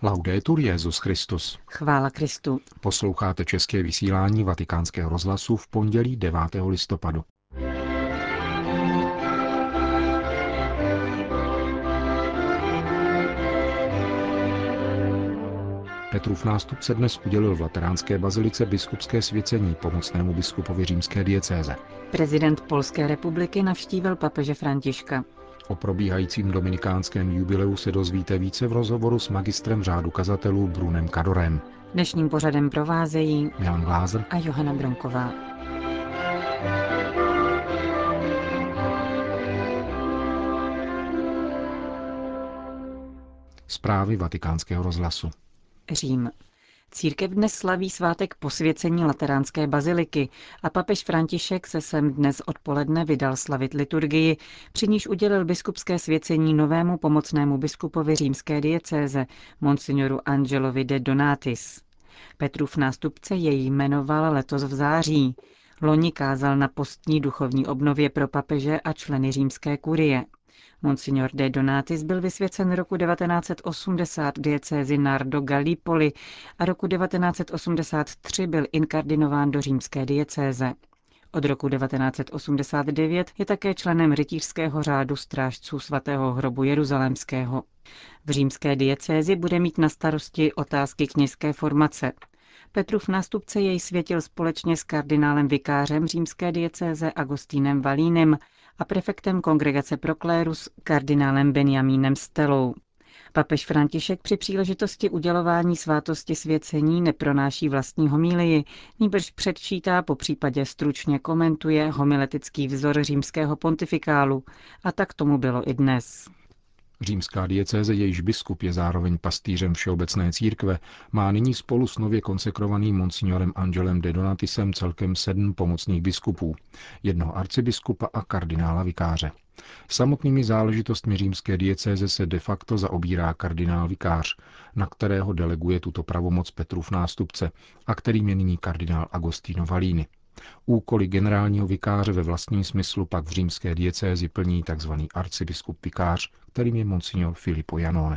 Laudetur Jesus Christus. Chvála Kristu. Posloucháte české vysílání Vatikánského rozhlasu v pondělí 9. listopadu. Petrův nástupce dnes udělil v Lateránské bazilice biskupské svěcení pomocnému biskupovi římské diecéze. Prezident Polské republiky navštívil papeže Františka. O probíhajícím dominikánském jubileu se dozvíte více v rozhovoru s magistrem řádu kazatelů Brunem Kadorem. Dnešním pořadem provázejí Milan Glázer a Johana Bronková. Zprávy Vatikánského rozhlasu. Řím. Církev dnes slaví svátek posvěcení Lateránské baziliky a papež František se sem dnes odpoledne vydal slavit liturgii, při níž udělil biskupské svěcení novému pomocnému biskupovi římské diecéze, monsignoru Angelovi de Donatis. Petrův nástupce jej jmenoval letos v září. Loni kázal na postní duchovní obnově pro papeže a členy římské kurie. Monsignor de Donatis byl vysvěcen roku 1980 v diecézi Nardo Gallipoli a roku 1983 byl inkardinován do římské diecéze. Od roku 1989 je také členem rytířského řádu strážců svatého hrobu jeruzalémského. V římské diecézi bude mít na starosti otázky kněžské formace. Petrův nástupce jej světil společně s kardinálem vikářem římské diecéze Agostínem Valínem a prefektem Kongregace pro klérus kardinálem Benjamínem Stelou. Papež František při příležitosti udělování svátosti svěcení nepronáší vlastní homílii, nýbrž předčítá, popřípadě stručně komentuje homiletický vzor římského pontifikálu, a tak tomu bylo i dnes. Římská diecéze, jejíž biskup je zároveň pastýřem všeobecné církve, má nyní spolu s nově konsekrovaným monsignorem Angelem de Donatisem celkem 7 pomocných biskupů, jednoho arcibiskupa a kardinála vikáře. Samotnými záležitostmi římské diecéze se de facto zaobírá kardinál vikář, na kterého deleguje tuto pravomoc Petrův nástupce a kterým je nyní kardinál Agostino Valíny. Úkoly generálního vikáře ve vlastním smyslu pak v římské diecézi plní tzv. Arcibiskup vikář, kterým je monsignor Filippo Janone.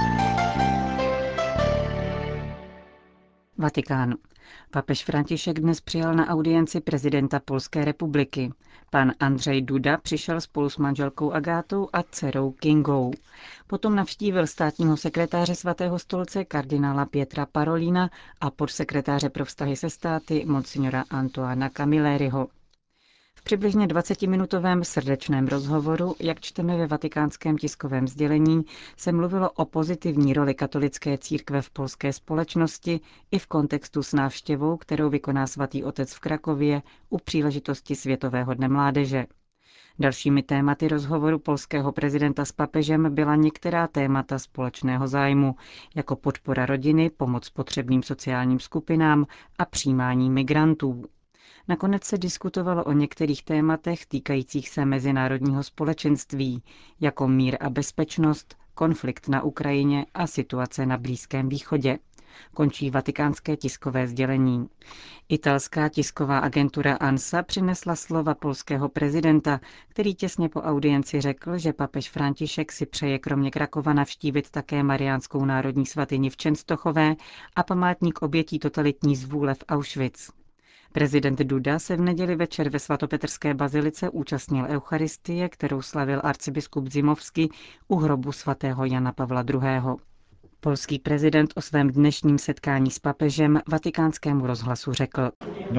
Vatikán. Papež František dnes přijal na audienci prezidenta Polské republiky. Pan Andrzej Duda přišel spolu s manželkou Agátou a dcerou Kingou. Potom navštívil státního sekretáře Svatého stolce kardinála Pietra Parolina a podsekretáře pro vztahy se státy monsignora Antoana Camilleriho. V přibližně 20-minutovém srdečném rozhovoru, jak čteme ve vatikánském tiskovém sdělení, se mluvilo o pozitivní roli katolické církve v polské společnosti i v kontextu s návštěvou, kterou vykoná svatý otec v Krakově u příležitosti Světového dne mládeže. Dalšími tématy rozhovoru polského prezidenta s papežem byla některá témata společného zájmu, jako podpora rodiny, pomoc potřebným sociálním skupinám a přijímání migrantů. Nakonec se diskutovalo o některých tématech týkajících se mezinárodního společenství, jako mír a bezpečnost, konflikt na Ukrajině a situace na Blízkém východě. Končí vatikánské tiskové sdělení. Italská tisková agentura ANSA přinesla slova polského prezidenta, který těsně po audienci řekl, že papež František si přeje kromě Krakova navštívit také Mariánskou národní svatyni v Čenstochové a památník obětí totalitní zvůle v Auschwitz. Prezident Duda se v neděli večer ve svatopetrské bazilice účastnil eucharistie, kterou slavil arcibiskup Zimovský u hrobu svatého Jana Pavla II. Polský prezident o svém dnešním setkání s papežem vatikánskému rozhlasu řekl: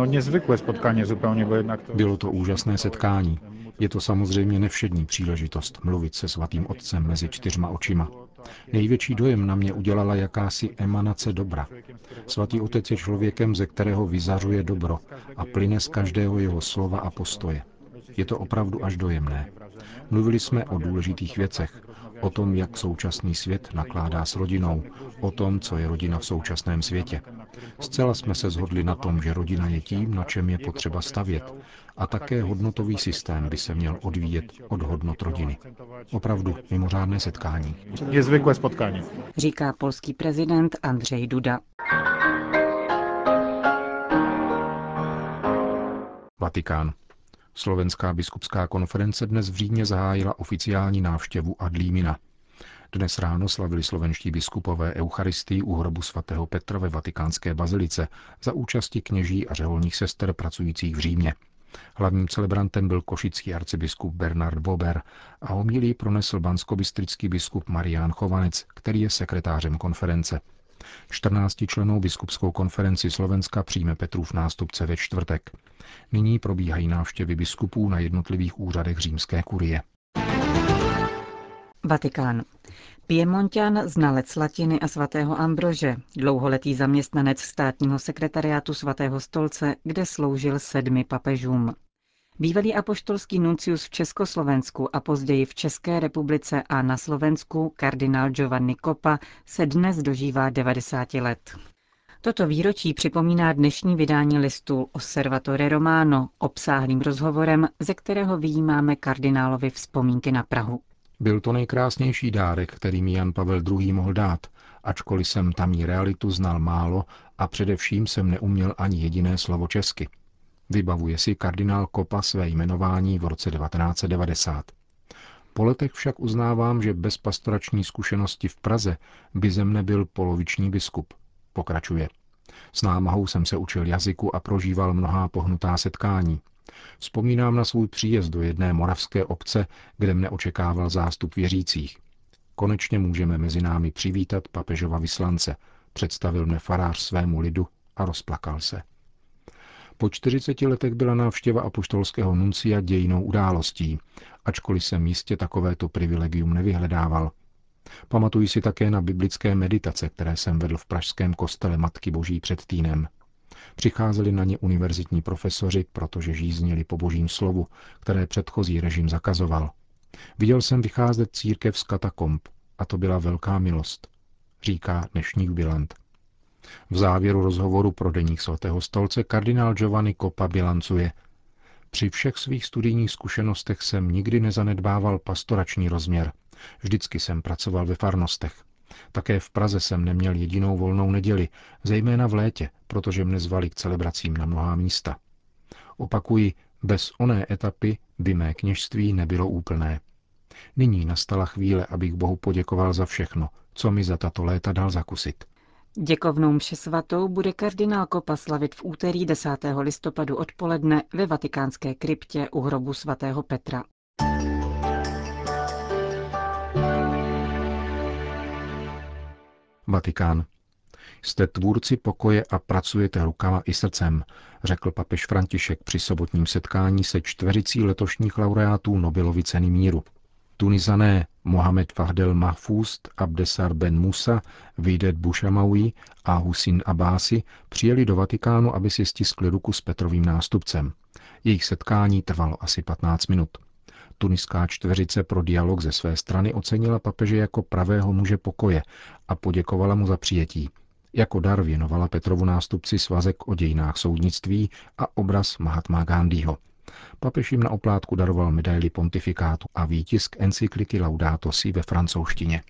Bylo to úžasné setkání. Je to samozřejmě nevšední příležitost mluvit se svatým otcem mezi 4 očima. Největší dojem na mě udělala jakási emanace dobra. Svatý otec je člověkem, ze kterého vyzařuje dobro a plyne z každého jeho slova a postoje. Je to opravdu až dojemné. Mluvili jsme o důležitých věcech, o tom, jak současný svět nakládá s rodinou, o tom, co je rodina v současném světě. Zcela jsme se shodli na tom, že rodina je tím, na čem je potřeba stavět, a také hodnotový systém by se měl odvíjet od hodnot rodiny. Opravdu mimořádné setkání. Je zvyklé spotkání, říká polský prezident Andrzej Duda. Vatikán. Slovenská biskupská konference dnes v Římě zahájila oficiální návštěvu Adlímina. Dnes ráno slavili slovenští biskupové eucharistii u hrobu svatého Petra ve vatikánské bazilice za účasti kněží a řeholních sester pracujících v Římě. Hlavním celebrantem byl košický arcibiskup Bernard Bober a homilii pronesl banskobystrický biskup Marián Chovanec, který je sekretářem konference. 14člennou biskupskou konferenci Slovenska přijme Petrův nástupce ve čtvrtek. Nyní probíhají návštěvy biskupů na jednotlivých úřadech římské kurie. Vatikán. Piemonťan, znalec latiny a svatého Ambrože, dlouholetý zaměstnanec státního sekretariátu svatého stolce, kde sloužil 7 papežům. Bývalý apoštolský nuncius v Československu a později v České republice a na Slovensku kardinál Giovanni Coppa se dnes dožívá 90 let. Toto výročí připomíná dnešní vydání listu Osservatore Romano obsáhlým rozhovorem, ze kterého vyjímáme kardinálovi vzpomínky na Prahu. Byl to nejkrásnější dárek, který mi Jan Pavel II. Mohl dát, ačkoliv jsem tamní realitu znal málo a především jsem neuměl ani jediné slovo česky. Vybavuje si kardinál Coppa své jmenování v roce 1990. Po letech však uznávám, že bez pastorační zkušenosti v Praze by ze mne byl poloviční biskup. Pokračuje. S námahou jsem se učil jazyku a prožíval mnohá pohnutá setkání. Vzpomínám na svůj příjezd do jedné moravské obce, kde mne očekával zástup věřících. Konečně můžeme mezi námi přivítat papežova vyslance, představil mne farář svému lidu a rozplakal se. Po 40 letech byla návštěva apoštolského nuncia dějinnou událostí, ačkoliv jsem jistě takovéto privilegium nevyhledával. Pamatuji si také na biblické meditace, které jsem vedl v pražském kostele Matky Boží před týdnem. Přicházeli na ně univerzitní profesoři, protože žíznili po božím slovu, které předchozí režim zakazoval. Viděl jsem vycházet církev z katakomb a to byla velká milost, říká dnešní jubilant. V závěru rozhovoru pro deník svatého stolce kardinál Giovanni Coppa bilancuje: Při všech svých studijních zkušenostech jsem nikdy nezanedbával pastorační rozměr. Vždycky jsem pracoval ve farnostech. Také v Praze jsem neměl jedinou volnou neděli, zejména v létě, protože mne zvali k celebracím na mnohá místa. Opakuji, bez oné etapy by mé kněžství nebylo úplné. Nyní nastala chvíle, abych Bohu poděkoval za všechno, co mi za tato léta dal zakusit. Děkovnou mši svatou bude kardinál Coppa slavit v úterý 10. listopadu odpoledne ve vatikánské kryptě u hrobu svatého Petra. Vatikán. Jste tvůrci pokoje a pracujete rukama i srdcem, řekl papež František při sobotním setkání se čtveřicí letošních laureátů Nobelovy ceny míru. Tunisané Mohamed Fahdel Mahfouz, Abdesar Ben Musa, Videt Bouchamaoui a Hussin Abbasi přijeli do Vatikánu, aby si stiskli ruku s Petrovým nástupcem. Jejich setkání trvalo asi 15 minut. Tuniská čtveřice pro dialog ze své strany ocenila papeže jako pravého muže pokoje a poděkovala mu za přijetí. Jako dar věnovala Petrovu nástupci svazek o dějinách soudnictví a obraz Mahatma Gandhiho. Papež jim na oplátku daroval medaili pontifikátu a výtisk encykliky Laudato Si ve francouzštině.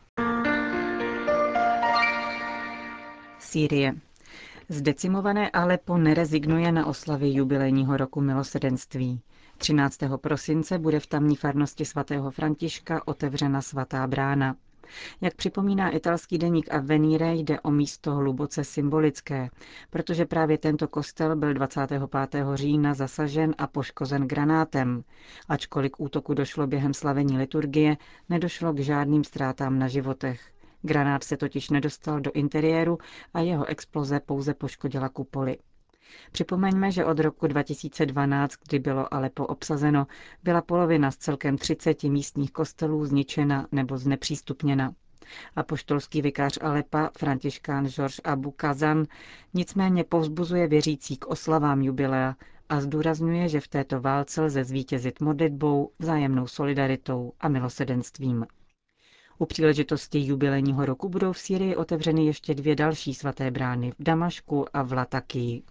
Sýrie. Zdecimované Aleppo nerezignuje na oslavy jubilejního roku milosedenství. 13. prosince bude v tamní farnosti svatého Františka otevřena svatá brána. Jak připomíná italský deník Avvenire, jde o místo hluboce symbolické, protože právě tento kostel byl 25. října zasažen a poškozen granátem. Ačkoliv k útoku došlo během slavení liturgie, nedošlo k žádným ztrátám na životech. Granát se totiž nedostal do interiéru a jeho exploze pouze poškodila kupoli. Připomeňme, že od roku 2012, kdy bylo Aleppo obsazeno, byla polovina z celkem 30 místních kostelů zničena nebo znepřístupněna. Apoštolský vikář Aleppa, františkán Georges Abu Kazan, nicméně povzbuzuje věřící k oslavám jubilea a zdůrazňuje, že v této válce lze zvítězit modlitbou, vzájemnou solidaritou a milosedenstvím. U příležitosti jubilejního roku budou v Sýrii otevřeny ještě 2 další svaté brány v Damašku a v Latakii.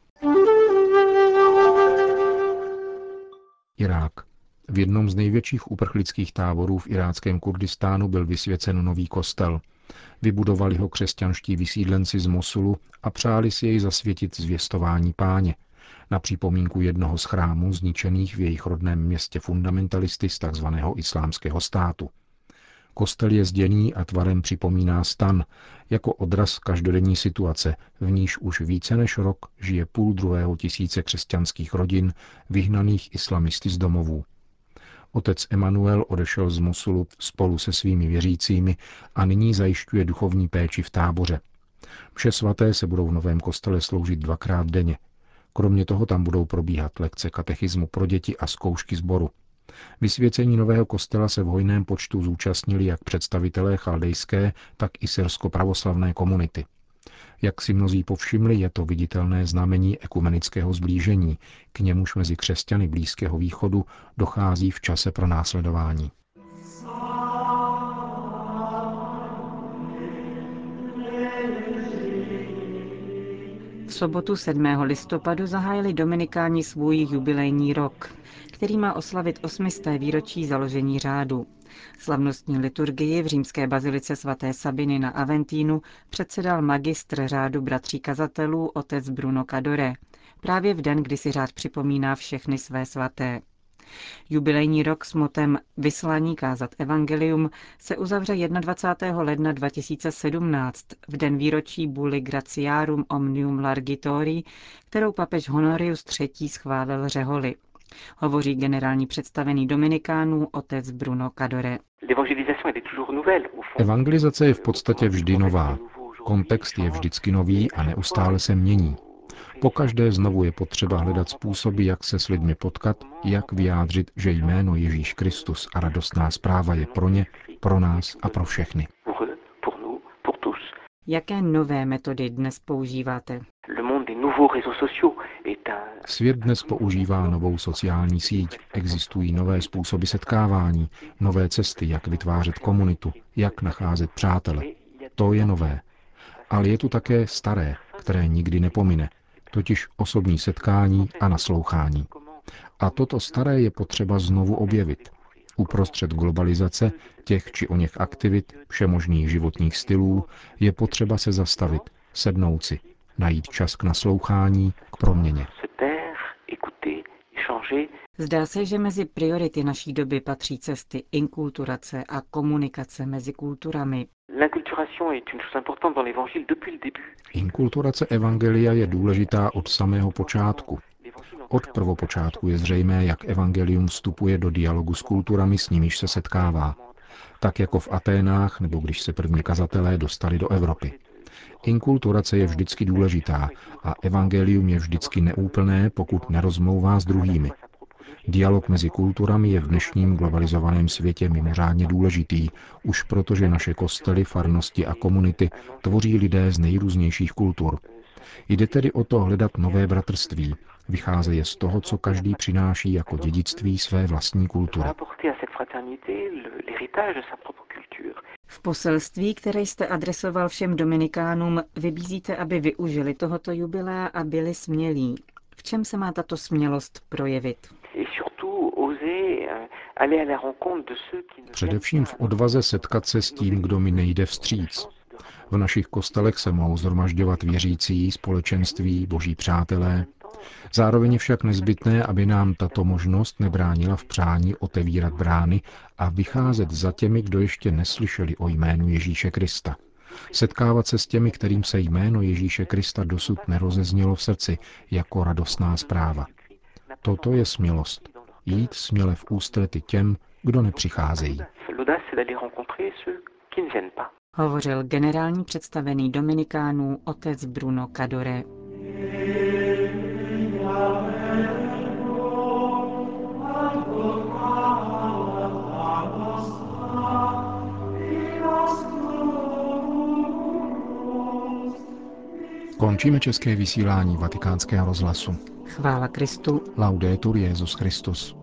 Irák. V jednom z největších uprchlických táborů v iráckém Kurdistánu byl vysvěcen nový kostel. Vybudovali ho křesťanští vysídlenci z Mosulu a přáli si jej zasvětit zvěstování Páně, na připomínku jednoho z chrámů zničených v jejich rodném městě fundamentalisty z tzv. Islámského státu. Kostel je zděný a tvarem připomíná stan, jako odraz každodenní situace, v níž už více než rok žije 500 křesťanských rodin vyhnaných islamisty z domovů. Otec Emanuel odešel z Mosulu spolu se svými věřícími a nyní zajišťuje duchovní péči v táboře. Mše svaté se budou v novém kostele sloužit 2krát denně. Kromě toho tam budou probíhat lekce katechismu pro děti a zkoušky sboru. Vysvěcení nového kostela se v hojném počtu zúčastnili jak představitelé chaldejské, tak i syrsko-pravoslavné komunity. Jak si mnozí povšimli, je to viditelné znamení ekumenického sblížení, k němuž mezi křesťany Blízkého východu dochází v čase pronásledování. V sobotu 7. listopadu zahájili dominikáni svůj jubilejní rok, který má oslavit 800. výročí založení řádu. Slavnostní liturgii v římské bazilice svaté Sabiny na Aventínu předsedal magistr řádu bratří kazatelů otec Bruno Cadore, právě v den, kdy si řád připomíná všechny své svaté. Jubilejní rok s motem Vyslání kázat evangelium se uzavře 21. ledna 2017, v den výročí buly Gratiarum Omnium Largitori, kterou papež Honorius III. Schválil řeholi. Hovoří generální představený dominikánů otec Bruno Cadore. Evangelizace je v podstatě vždy nová. Kontext je vždycky nový a neustále se mění. Pokaždé znovu je potřeba hledat způsoby, jak se s lidmi potkat, jak vyjádřit, že jméno Ježíš Kristus a radostná zpráva je pro ně, pro nás a pro všechny. Jaké nové metody dnes používáte? Svět dnes používá novou sociální síť, existují nové způsoby setkávání, nové cesty, jak vytvářet komunitu, jak nacházet přátele. To je nové. Ale je tu také staré, které nikdy nepomine, totiž osobní setkání a naslouchání. A toto staré je potřeba znovu objevit. Uprostřed globalizace, těch či oněch aktivit, všemožných životních stylů, je potřeba se zastavit, sednout si, najít čas k naslouchání, k proměně. Zdá se, že mezi priority naší doby patří cesty inkulturace a komunikace mezi kulturami. Inkulturace evangelia je důležitá od samého počátku. Od prvopočátku je zřejmé, jak evangelium vstupuje do dialogu s kulturami, s nimiž se setkává. Tak jako v Aténách, nebo když se první kazatelé dostali do Evropy. Inkulturace je vždycky důležitá a evangelium je vždycky neúplné, pokud nerozmlouvá s druhými. Dialog mezi kulturami je v dnešním globalizovaném světě mimořádně důležitý, už protože naše kostely, farnosti a komunity tvoří lidé z nejrůznějších kultur. Jde tedy o to hledat nové bratrství, vycházeje z toho, co každý přináší jako dědictví své vlastní kultury. V poselství, které jste adresoval všem dominikánům, vybízíte, aby využili tohoto jubilea a byli smělí. V čem se má tato smělost projevit? Především v odvaze setkat se s tím, kdo mi nejde vstříc. V našich kostelech se mohou shromažďovat věřící, společenství, boží přátelé. Zároveň je však nezbytné, aby nám tato možnost nebránila v přání otevírat brány a vycházet za těmi, kdo ještě neslyšeli o jménu Ježíše Krista. Setkávat se s těmi, kterým se jméno Ježíše Krista dosud nerozeznělo v srdci jako radostná zpráva. Toto je smělost. Jít směle v ústrety těm, kdo nepřicházejí. Hovořil generální představený dominikánů otec Bruno Cadore. Končíme české vysílání Vatikánského rozhlasu. Chvála Kristu. Laudetur Jesus Christus.